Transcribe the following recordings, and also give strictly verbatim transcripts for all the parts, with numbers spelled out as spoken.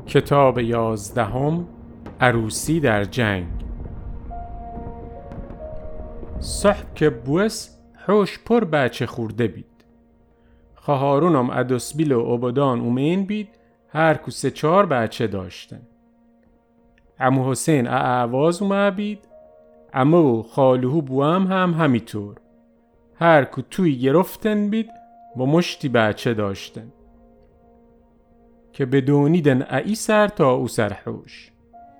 کتاب یازدهم، عروسی در جنگ. صحب که بوس حوش پر بچه خورده بید. خواهارونم ادوسبیل و عبدان اومین بید، هر کو سه چار بچه داشتن. عمو حسین اعواز اومه بید، عمو و خالوهو بوام هم همیطور. هر کو توی گرفتن بید و مشتی بچه داشتن. که بدونیدن ای سر تا او سر حوش.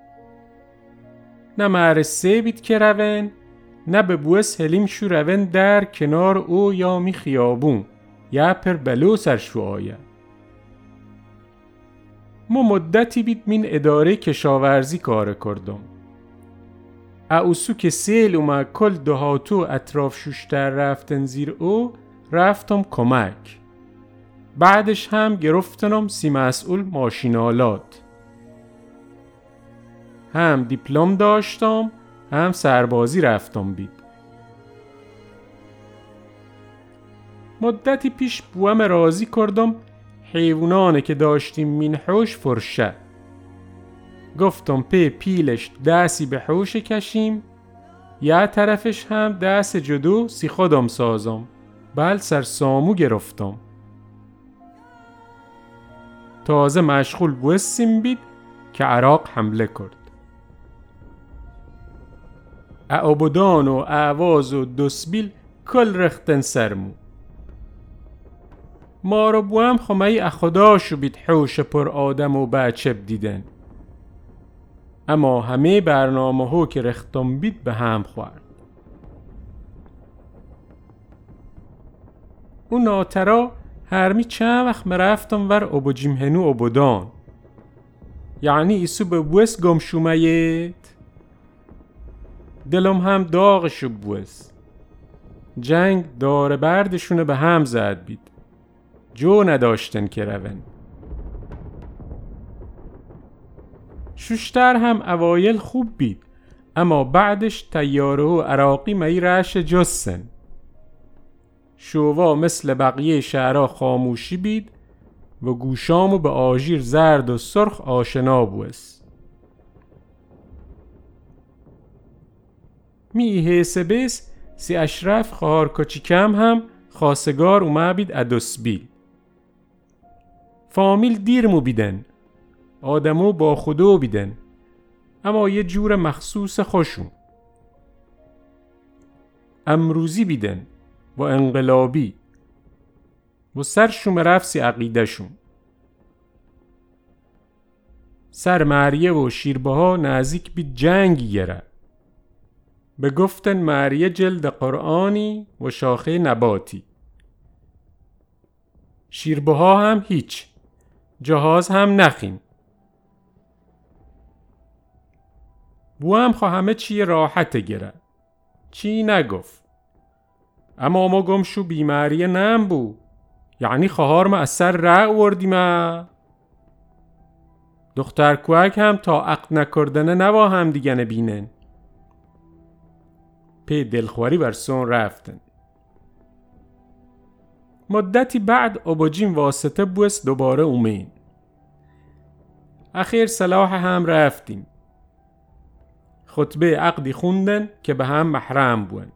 نه مرسه بید که روین، نه به بوس هلیم شو روین در کنار او یا می خیابون، یا پر بلو سر شو آید. ما مدتی بید من اداره کشاورزی کار کردم. اوسو که سیل اومه کل دهاتو اطراف شوشتر رفتن زیر او، رفتم کمک. بعدش هم گرفتنم سی مسئول ماشینالات. هم دیپلم داشتم، هم سربازی رفتم بید. مدتی پیش بوام راضی کردم حیوانانه که داشتیم من حوش فرشه. گفتم پی پیلش دستی به حوش کشیم، یه طرفش هم دست جدو سی خودم سازم. بل سر سامو گرفتم. تازه مشغول بوستیم بید که عراق حمله کرد. عبدان و اعواز و دوسبیل کل رختن سرمو. ما رو بوام خمهی اخداشو بید حوش پر آدم و بچه دیدن. اما همه برنامه ها که رختم بید به هم خورد. اون ناترا هرمی چند وقت مرفتم ور ابو جیمهنو عبدان. یعنی ایسو به بوس گم شومید. دلم هم داغشو بوس. جنگ داره بردشونه به هم زد بید. جو نداشتن که روین. شوشتر هم اوایل خوب بید، اما بعدش تیاره و عراقی می رش جسن. شووا مثل بقیه شهرها خاموشی بید و گوشامو به آژیر زرد و سرخ آشنا بوست. می حیثه بیس سی اشرف خواهر کچیکم هم خواستگار اومه بید ادوسبیل. فامیل دیرمو بیدن، آدمو با خودو بیدن، اما یه جور مخصوص خوشون. امروزی بیدن و انقلابی و سرشون رفسی عقیده شون. سر مریه و شیربه ها نزدیک بی جنگی گره. به گفتن مریه جلد قرآنی و شاخه نباتی. شیربه ها هم هیچ، جهاز هم نخیم. بو هم خواه همه چی راحت گره. چی نگفت. اما ما گمشو بیماری نم بو. یعنی خواهر ما از سر رع وردیم. دختر کوک هم تا عقد نکردنه نوا هم دیگه نبینن. پی دلخواری برسون رفتن. مدتی بعد ابوجیم واسطه بوست دوباره اومین. اخیر صلاح هم رفتیم. خطبه عقدی خوندن که به هم محرم بون.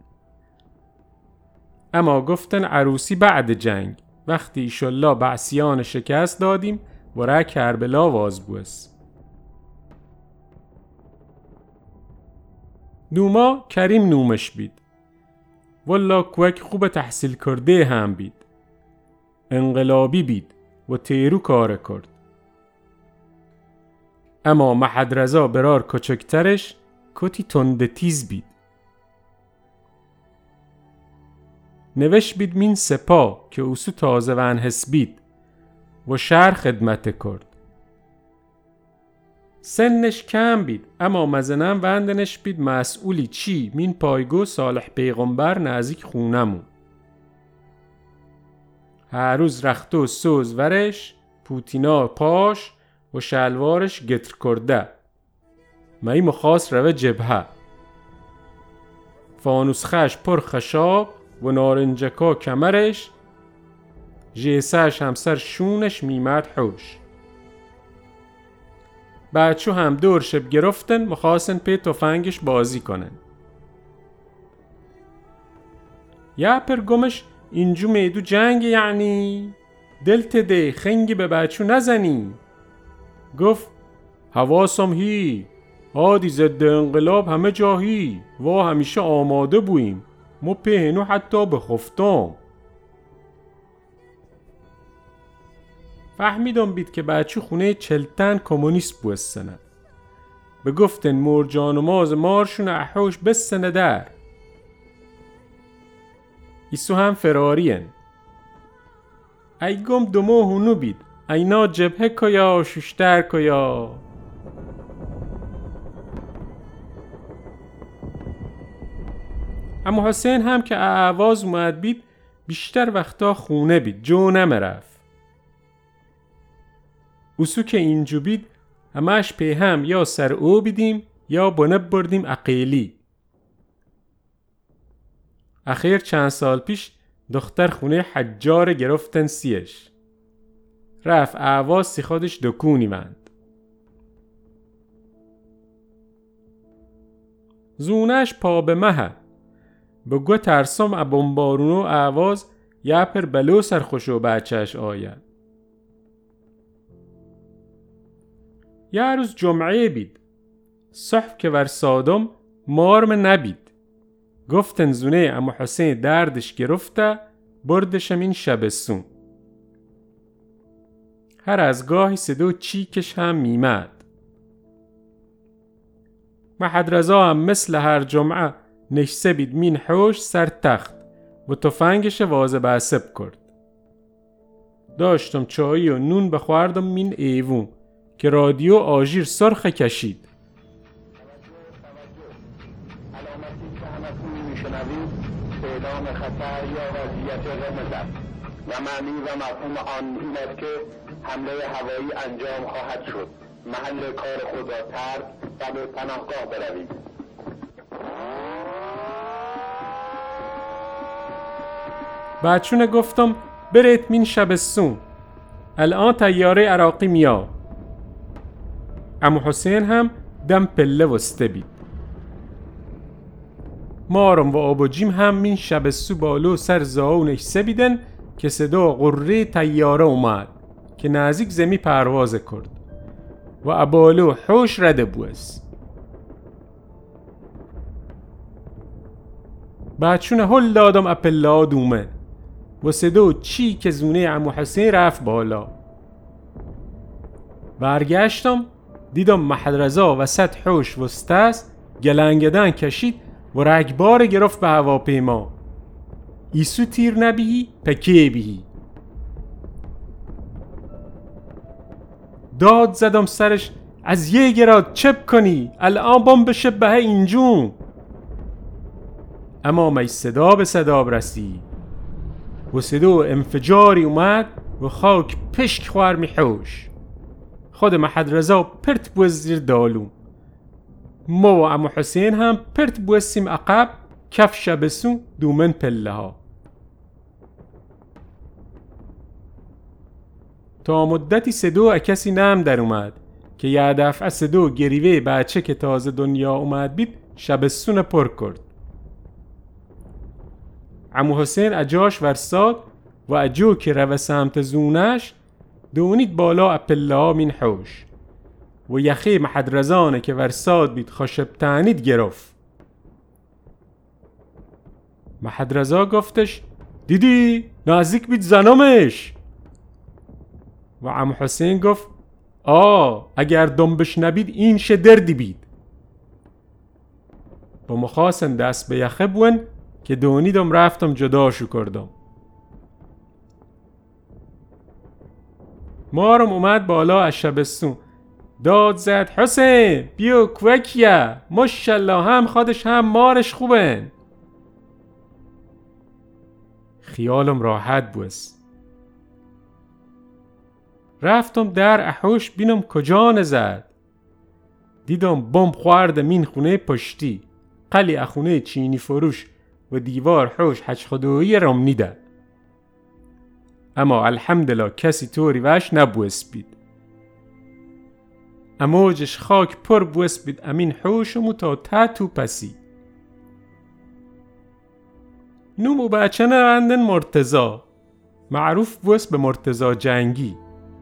اما گفتن عروسی بعد جنگ، وقتی ایشالله بعثیان شکست دادیم و را کربلا واز بوس. دوما کریم نومش بید. والا کوک خوب تحصیل کرده هم بید. انقلابی بید و تیرو کار کرد. اما محد رضا برار کچکترش کتی تند تیز بید. نوش بید من سپا که اوسو تازه ونحس بید و شهر خدمت کرد. سنش کم بید، اما مزنم وندنش بید مسئولی چی من پایگو صالح پیغمبر نزدیک خونمون. هر روز رخت و سوز ورش، پوتینا پاش و شلوارش گتر کرده. مایی مخواست روه جبهه. فانوس خش پر خشاب و نارنجکا کمرش، جیسهش همسر شونش میمد حوش. بچو هم دور شب گرفتن مخواستن پی تفنگش بازی کنن. یپر گمش اینجو میدو جنگ یعنی دلت ده خنگی به بچو نزنی. گفت حواسم هی هادی ضد انقلاب همه جاهی و همیشه آماده بویم مو پهنو حتی بخفتم. فهمیدم بید که بچو خونه چلتن کمونیست بوستنه. بگفتن مرجان و ماز مارشون احوش بسنه در. ایسو هم فرارین. ای گم دمو هونو بید. اینا جبهه کیا ششتر کیا. اما حسین هم که آواز اومد بید بیشتر وقتا خونه بید جو نمرف. اوسو که اینجو بید همش پی هم یا سر او بیدیم یا بنب بردیم اقیلی. اخیر چند سال پیش دختر خونه حجار گرفتن سیش. رفت آواز سی خودش دکونی مند. زونش پا به مه. بگو ترسم ابنبارونو آواز یپر بلو سرخوشو بچهش آید. یه روز جمعه بید. صحب که ور سادم مارم نبید. گفتن زونه اما حسین دردش گرفته بردشم این شبستون. هر از گاهی صدو چیکش هم میمد. محدرزا هم مثل هر جمعه نشسته بید مین حوش سر تخت و تفنگش وازه بسب کرد. داشتم چایی و نون بخوردم مین ایوون که رادیو آژیر سرخ کشید. علامتی که همکنون میشنوید اعلام خطر یا وضعیت قرمز است و معنی و مفهوم آن این است که حمله هوایی انجام خواهد شد. محل کار خود را ترک و به پناهگاه بروید. بچونه گفتم برید مین شبستون. الان تیاره عراقی میا. اما حسین هم دم پله وسته بید. مارم و آبا جیم هم مین شبستو بالو سر زاونش سبیدن که صدا قره تیاره اومد که نزدیک زمی پرواز کرد و ابالو حوش رده بوز. بچونه هل دادم اپلا دومه و صدا چی که زونه عمو حسین رفت بالا. برگشتم دیدم محدرزا وسط حوش وستست گلنگدن کشید و رگبار گرفت به هواپیما. ایسو تیر نبیهی پکیه بیهی. داد زدم سرش از یه گراد چپ کنی الان بم بشه به اینجون. اما می صدا به صدا برسی و صدا انفجاری اومد و خاک پشک خوار می حوش. خود محدرزا پرت بوز زیر دالو. ما و عمو حسین هم پرت بوستیم عقب کف شبسون دومن پله ها. تا مدتی صدا کسی نم در اومد که یه دفعه صدا گریوه بچه که تازه دنیا اومد بید شبسون پر کرد. عمو حسین اجاش ورساد و اجو که رو سمت زونش دونید بالا اپله ها مین حوش و یخی محدرزانه که ورساد بید خشب تنید گرفت. محدرزا گفتش دیدی نزدیک بید زنمش. و عمو حسین گفت آه اگر دنبش نبید این شه دردی بید. با مخواستن دست به یخه بون که دونیدم رفتم جداشو کردم. مارم اومد بالا از شبستون داد زد حسین بیو کوکیه ماشالله هم خودش هم مارش خوبن. خیالم راحت بوست. رفتم در احوش بینم کجا نزد. دیدم بمب خورده مین خونه پشتی قلی اخونه چینی فروش و دیوار حوش حج خدایی رام نیده. اما الحمدلله کسی طوری وش نبوست بید. اموجش خاک پر بوس بید امین حوشمو تا تا تو پسی. نومو بچه نرندن مرتزا، معروف بوس به مرتزا جنگی.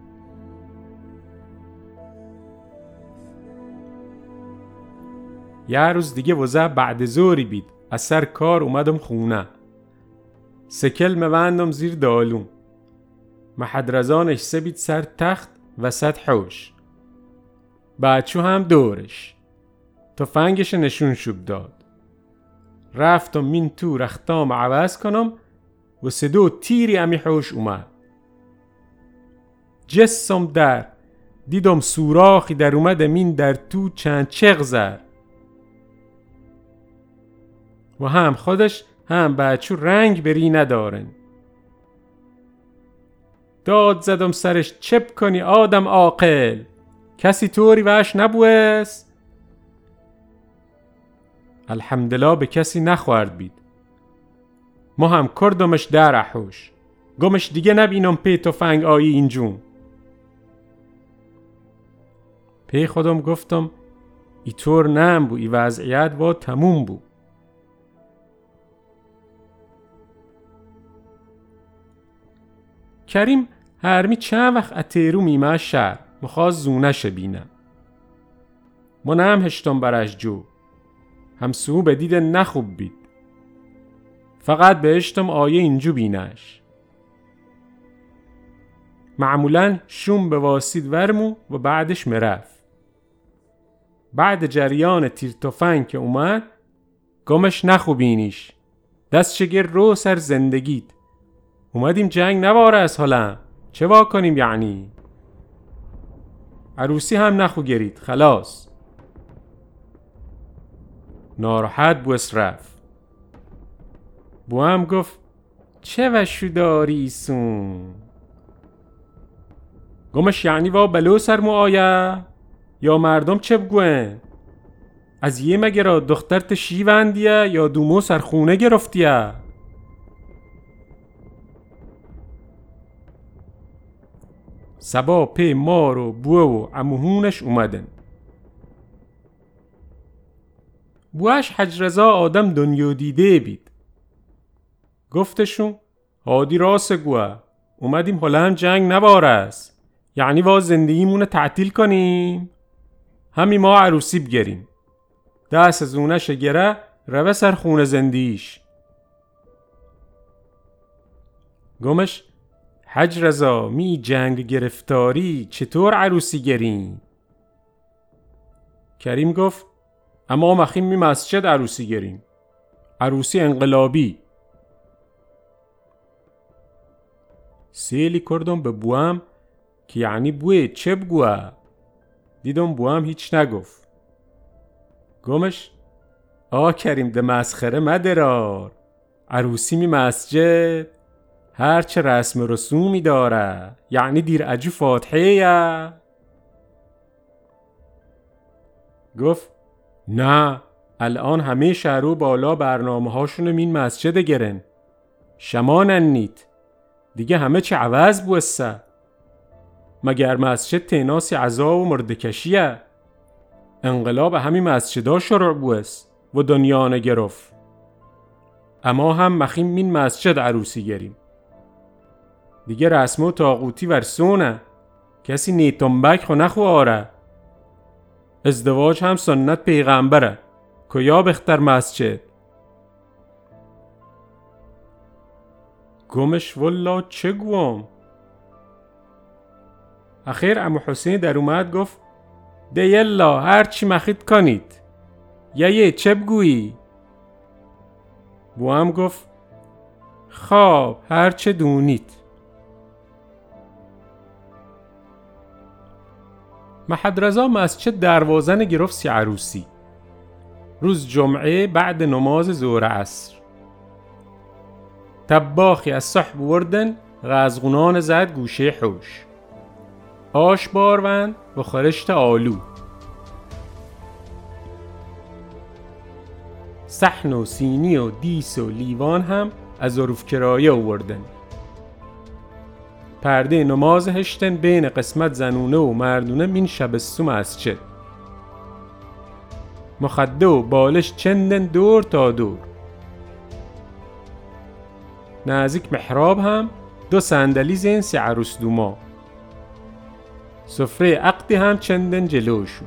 یه روز دیگه وزه بعد زوری بید، از سر کار اومدم خونه. سکل مبندم زیر دالون. محدرزانش سبید سر تخت وسط حوش. بچو هم دورش. تفنگش نشون شب داد. رفتم من تو رختام عوض کنم و صدو تیری امی حوش اومد. جسم در دیدم سوراخی در اومد من در تو چند چغ زر. و هم خودش هم بچو رنگ بری ندارن. داد زدم سرش چپ کنی آدم عاقل، کسی طوری وش نبوست؟ الحمدلله به کسی نخورد بید. ما هم کردمش در احوش، گمش دیگه نبینم پی تفنگ آیی اینجون. پی خودم گفتم ای طور نم بو، ای وضعیت با تموم بو. کریم هرمی چند وقت اتیرو میمه شهر مخواست زونه بینم. من هم هشتم برش جو، همسو به دیده نخوب بید. فقط به هشتم آیه اینجو بینش. معمولاً شوم به واسید ورمو و بعدش مرف. بعد جریان تیر تفنگ که اومد گمش نخوبینیش، دست شگر رو سر زندگیت. اومدیم جنگ نواره از حالم، چه وا کنیم یعنی؟ عروسی هم نخو گرید خلاص. ناراحت بوس رفت. بو هم گفت چه وشو داری سون؟ گمش یعنی وا بلو سر مو آیه؟ یا مردم چه بگوین؟ از یه مگه را دخترت شیوندیه یا دومو سر خونه گرفتیه؟ سبا پی مار و بوه و عموهونش اومدن. بوهش حج رضا آدم دنیا دیده بید. گفتشون هادی راست گوه، اومدیم حالا هم جنگ نباره است، یعنی وا زندگیمونه تعطیل کنیم؟ همی ما عروسی بگریم. دست زونش گره روه سر خونه زندیش. گمش حج رضا می جنگ گرفتاری چطور عروسی گریم؟ کریم گفت اما مخیم می مسجد عروسی گریم، عروسی انقلابی. سیلی کردم به بوام که یعنی بوه چه بگوه؟ دیدم بوام هیچ نگفت. گمش آه کریم ده مسخره مدرار، عروسی می مسجد هرچه رسم رسومی داره، یعنی دیر اجو فاتحه یا؟ گفت نه، الان همه شهرو بالا برنامه هاشونو مین مسجد گرن، شما ننید دیگه همه چی عوض بوسته. مگر مسجد تیناسی عزا و مردکشیه؟ انقلاب همین مسجدا شروع بوست و دنیا نگرفت. اما هم مخیم مین مسجد عروسی گریم. دیگه رسم و طاغوتی ورسونه، کسی نیتنبک خو نخو آره. ازدواج هم سنت پیغمبره، کیا بختر مسجد؟ گمش والله چه گوام؟ اخیر عمو حسین در اومد گفت ده یلا هر چی مخید کنید، یا یه چه بگویی؟ بو هم گفت خواب هر چه دونید. محدرزا مسجد دروازن گرفت سی عروسی. روز جمعه بعد نماز ظهر عصر. طباخی از صحب وردن غزغونان زد گوشه حوش. آش باروند و خورشت آلو. صحن و سینی و دیس و لیوان هم از ظروف کرایه آوردن. پرده نماز هشتن بین قسمت زنونه و مردونه مین شبستو مسجد. مخده و بالش چندن دور تا دور. نزدیک محراب هم دو صندلی زین سی عروس دوما. سفره عقدی هم چندن جلوشو.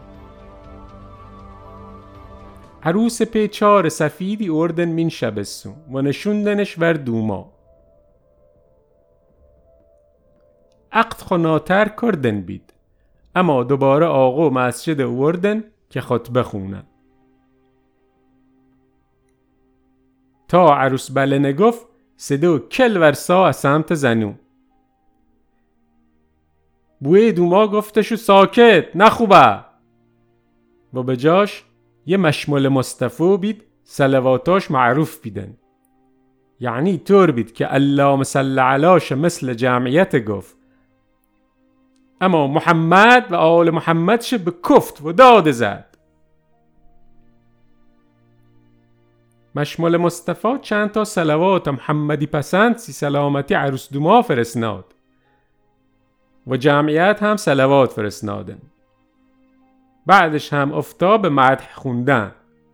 عروس پیچار سفیدی اردن مین شبستو و نشوندنش ور دوما. عقد خناتر کردن بید، اما دوباره آقا مسجد وردن که خطبه خونن. تا عروس بله نگفت صدو کل ورسا از سمت زنو. بوی دوما گفتشو ساکت نخوبه و به جاش یه مشمول مصطفی بید صلواتاش معروف بیدن. یعنی طور بید که اللهم صل علیش مثل جمعیت گفت، اما محمد و آل محمدش به کفت و داد زد. مشمول مصطفی چند تا صلوات محمدی پسند سی سلامتی عروس دوما فرستاد و جمعیت هم صلوات فرستادن. بعدش هم افتا به مدح خوندن.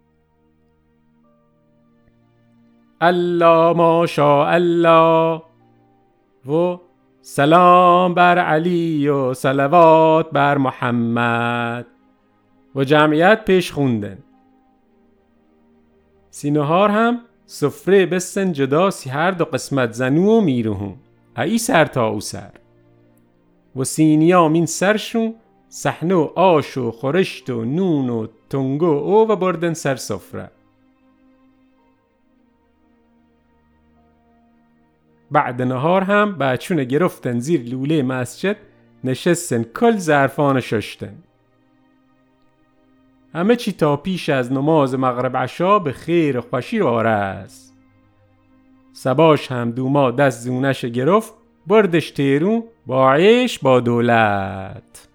الله ماشاء الله و سلام بر علی و صلوات بر محمد و جمعیت پیش خوندن. سینوهار هم سفره بستن جدا سی هر دو قسمت زنو و میروهم ای سر تا او سر و سینیا مین سرشون صحنه و آش و خورشت و نون و تنگو او و بردن سر سفره. بعد نهار هم بچونه گرفتن زیر لوله مسجد نشستن کل ظرفان ششتن. همه چی تا پیش از نماز مغرب عشا به خیر و خوشی رو آرست. سباش هم دوما دست زونش گرفت بردش تیرون با عیش با دولت.